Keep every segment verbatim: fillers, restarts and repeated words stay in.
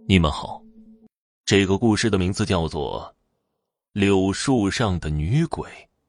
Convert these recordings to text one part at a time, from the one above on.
你们好，这个故事的名字叫做《柳树上的女鬼》。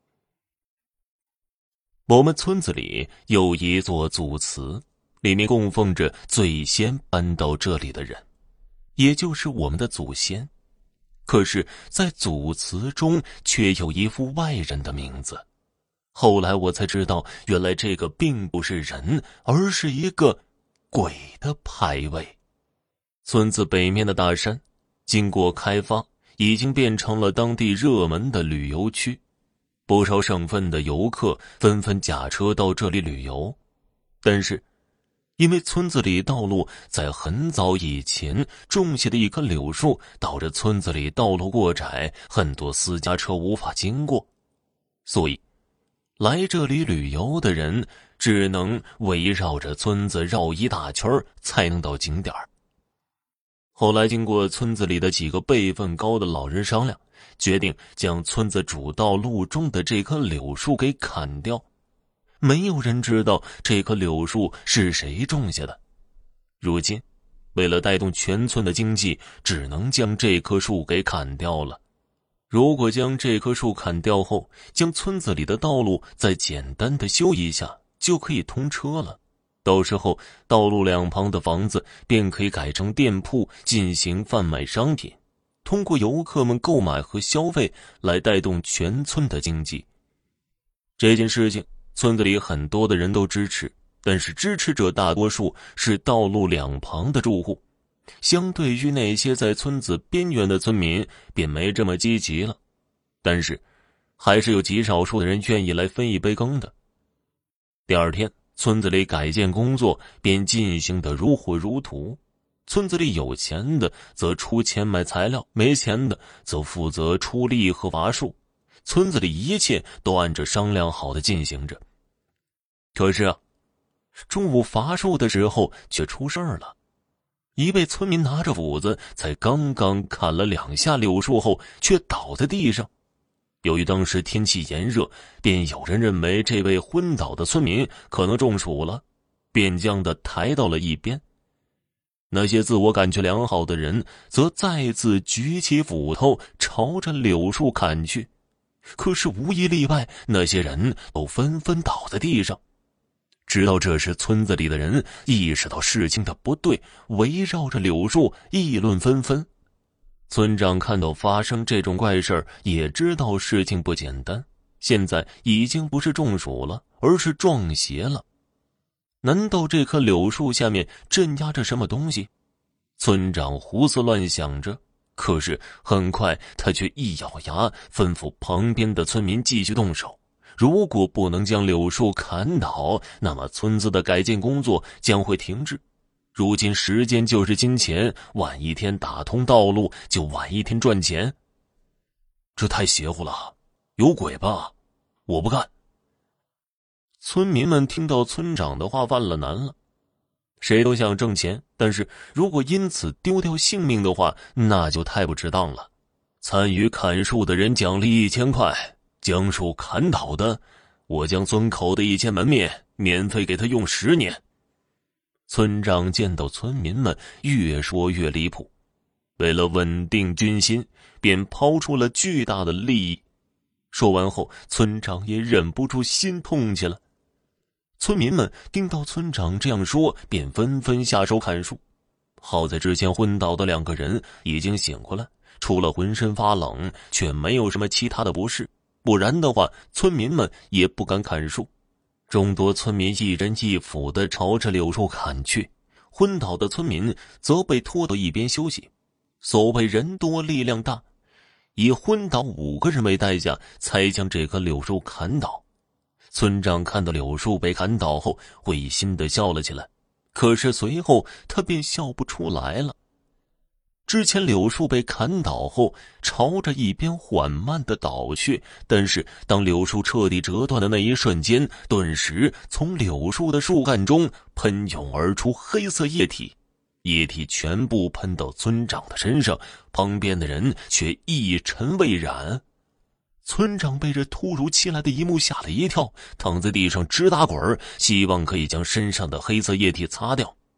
我们村子里有一座祖祠，里面供奉着最先搬到这里的人，也就是我们的祖先。可是在祖祠中却有一副外人的名字，后来我才知道，原来这个并不是人，而是一个鬼的牌位。村子北面的大山经过开发，已经变成了当地热门的旅游区，不少省份的游客纷纷驾车到这里旅游。但是因为村子里道路在很早以前种下的一棵柳树，导致村子里道路过窄，很多私家车无法经过，所以来这里旅游的人只能围绕着村子绕一大圈才能到景点。后来经过村子里的几个辈分高的老人商量，决定将村子主道路中的这棵柳树给砍掉。没有人知道这棵柳树是谁种下的。如今为了带动全村的经济，只能将这棵树给砍掉了。如果将这棵树砍掉后，将村子里的道路再简单的修一下，就可以通车了。到时候道路两旁的房子便可以改成店铺，进行贩卖商品，通过游客们购买和消费来带动全村的经济。这件事情村子里很多的人都支持，但是支持者大多数是道路两旁的住户，相对于那些在村子边缘的村民便没这么积极了。但是还是有极少数的人愿意来分一杯羹的。第二天村子里改建工作便进行得如火如荼，村子里有钱的则出钱买材料，没钱的则负责出力和伐树，村子里一切都按照商量好的进行着。可是啊，中午伐树的时候却出事儿了。一位村民拿着斧子才刚刚砍了两下柳树后，却倒在地上。由于当时天气炎热，便有人认为这位昏倒的村民可能中暑了，便将他抬到了一边。那些自我感觉良好的人则再次举起斧头朝着柳树砍去，可是无一例外，那些人都纷纷倒在地上。直到这时，村子里的人意识到事情的不对，围绕着柳树议论纷纷。村长看到发生这种怪事儿，也知道事情不简单，现在已经不是中暑了，而是撞邪了。难道这棵柳树下面镇压着什么东西？村长胡思乱想着，可是很快他却一咬牙，吩咐旁边的村民继续动手。如果不能将柳树砍倒，那么村子的改建工作将会停滞。如今时间就是金钱，晚一天打通道路，就晚一天赚钱。这太邪乎了，有鬼吧？我不干。村民们听到村长的话犯了难了。谁都想挣钱，但是如果因此丢掉性命的话，那就太不值当了。参与砍树的人奖励一千块，将树砍倒的，我将村口的一间门面免费给他用十年。村长见到村民们越说越离谱，为了稳定军心，便抛出了巨大的利益。说完后，村长也忍不住心痛起来。村民们听到村长这样说，便纷纷下手砍树。好在之前昏倒的两个人已经醒过来，除了浑身发冷，却没有什么其他的不适，不然的话，村民们也不敢砍树。众多村民一人一斧地朝着柳树砍去，昏倒的村民则被拖到一边休息。所谓人多力量大，以昏倒五个人为代价，才将这棵柳树砍倒。村长看到柳树被砍倒后，会心地笑了起来，可是随后他便笑不出来了。之前柳树被砍倒后，朝着一边缓慢地倒去，但是当柳树彻底折断的那一瞬间，顿时从柳树的树干中喷涌而出黑色液体，液体全部喷到村长的身上，旁边的人却一尘未染。村长被这突如其来的一幕吓了一跳，躺在地上直打滚，希望可以将身上的黑色液体擦掉。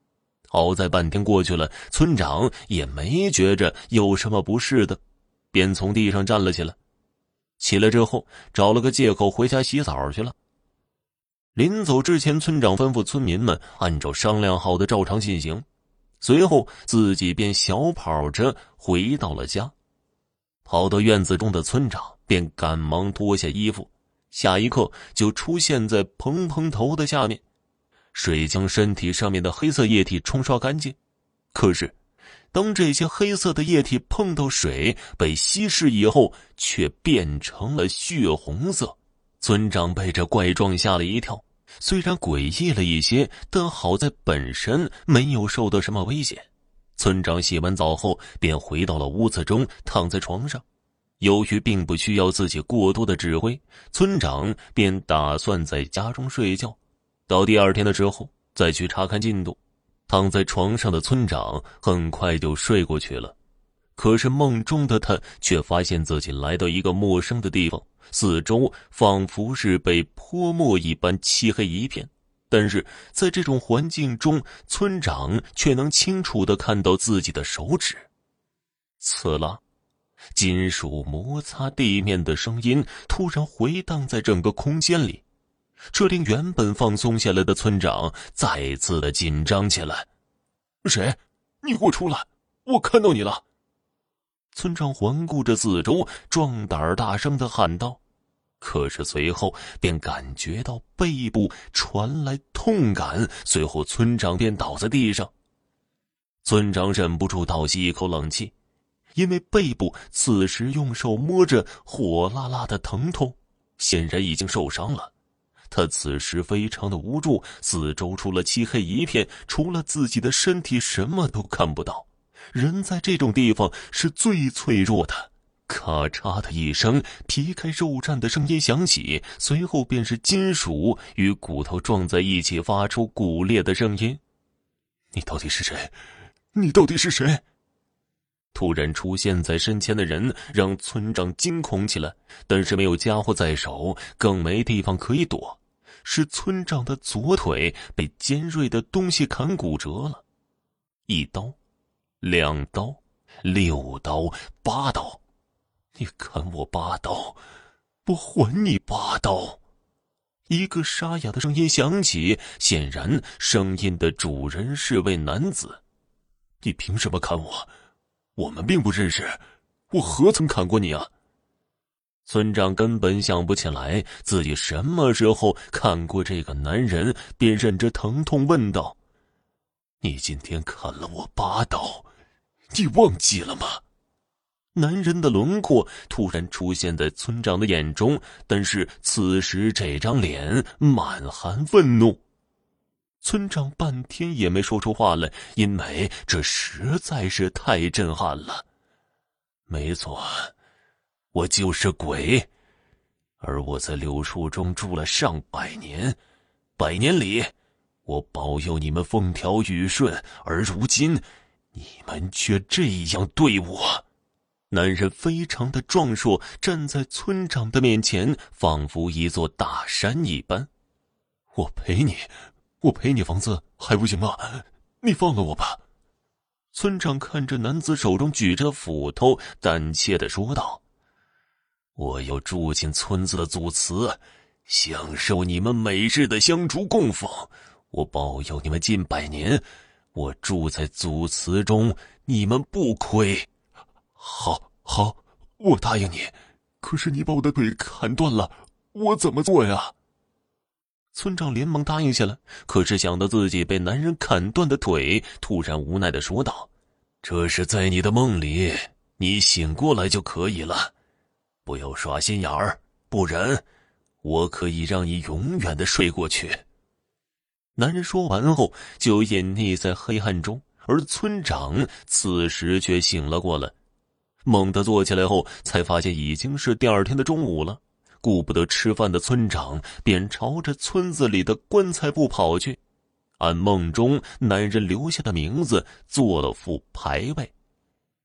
好在半天过去了，村长也没觉着有什么不适的，便从地上站了起来。起来之后，找了个借口回家洗澡去了。临走之前，村长吩咐村民们按照商量好的照常进行，随后自己便小跑着回到了家。跑到院子中的村长便赶忙脱下衣服，下一刻就出现在蓬蓬头的下面。水将身体上面的黑色液体冲刷干净，可是当这些黑色的液体碰到水被稀释以后，却变成了血红色。村长被这怪状吓了一跳，虽然诡异了一些，但好在本身没有受到什么危险。村长洗完澡后便回到了屋子中，躺在床上。由于并不需要自己过多的指挥，村长便打算在家中睡觉，到第二天的时候再去查看进度。躺在床上的村长很快就睡过去了，可是梦中的他却发现自己来到一个陌生的地方，四周仿佛是被泼墨一般漆黑一片，但是在这种环境中，村长却能清楚地看到自己的手指。刺啦，金属摩擦地面的声音突然回荡在整个空间里，这令原本放松下来的村长再次的紧张起来。谁？你给我出来！我看到你了！村长环顾着四周，壮胆大声地喊道。可是随后便感觉到背部传来痛感，随后村长便倒在地上。村长忍不住倒吸一口冷气，因为背部此时用手摸着火辣辣的疼痛，显然已经受伤了。他此时非常的无助，四周除了漆黑一片，除了自己的身体什么都看不到。人在这种地方是最脆弱的。咔嚓的一声，皮开肉绽的声音响起，随后便是金属与骨头撞在一起发出骨裂的声音。你到底是谁？你到底是谁？突然出现在身前的人让村长惊恐起来，但是没有家伙在手，更没地方可以躲。是村长的左腿被尖锐的东西砍骨折了，一刀，两刀，六刀，八刀。你砍我八刀，我还你八刀。一个沙哑的声音响起，显然声音的主人是位男子。你凭什么砍我？我们并不认识，我何曾砍过你啊？村长根本想不起来自己什么时候看过这个男人，便忍着疼痛问道：你今天砍了我八刀，你忘记了吗？男人的轮廓突然出现在村长的眼中，但是此时这张脸满含愤怒。村长半天也没说出话来，因为这实在是太震撼了。没错，我就是鬼，而我在柳树中住了上百年，百年里我保佑你们风调雨顺，而如今你们却这样对我。男人非常的壮硕，站在村长的面前，仿佛一座大山一般。我赔你，我赔你房子还不行吗？你放了我吧。村长看着男子手中举着斧头，胆怯地说道：我要住进村子的祖祠，享受你们每日的香烛供奉，我保佑你们近百年，我住在祖祠中，你们不亏。好，好，我答应你。可是你把我的腿砍断了，我怎么做呀？村长连忙答应下来，可是想到自己被男人砍断的腿，突然无奈地说道：这是在你的梦里，你醒过来就可以了，不要耍心眼儿，不然我可以让你永远地睡过去。男人说完后就隐匿在黑暗中，而村长此时却醒了过来。猛地坐起来后，才发现已经是第二天的中午了。顾不得吃饭的村长便朝着村子里的棺材铺跑去，按梦中男人留下的名字做了副牌位。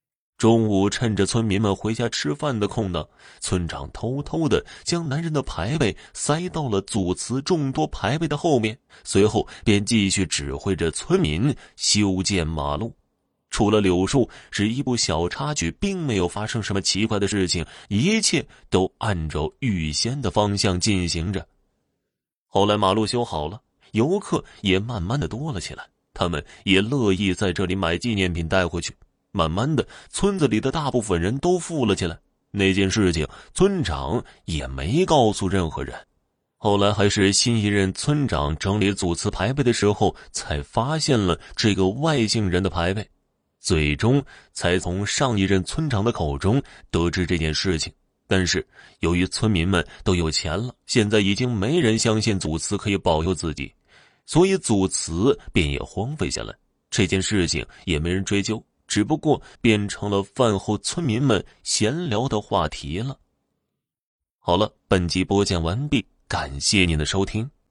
中午趁着村民们回家吃饭的空档，村长偷偷地将男人的牌位塞到了祖祠众多牌位的后面，随后便继续指挥着村民修建马路。除了柳树是一部小插曲，并没有发生什么奇怪的事情，一切都按照预先的方向进行着。后来马路修好了，游客也慢慢的多了起来，他们也乐意在这里买纪念品带回去。慢慢的，村子里的大部分人都富了起来。那件事情，村长也没告诉任何人。后来还是新一任村长整理祖祠牌位的时候，才发现了这个外姓人的牌位，最终才从上一任村长的口中得知这件事情。但是由于村民们都有钱了，现在已经没人相信祖祠可以保佑自己，所以祖祠便也荒废下来。这件事情也没人追究，只不过变成了饭后村民们闲聊的话题了。好了，本集播讲完毕，感谢您的收听。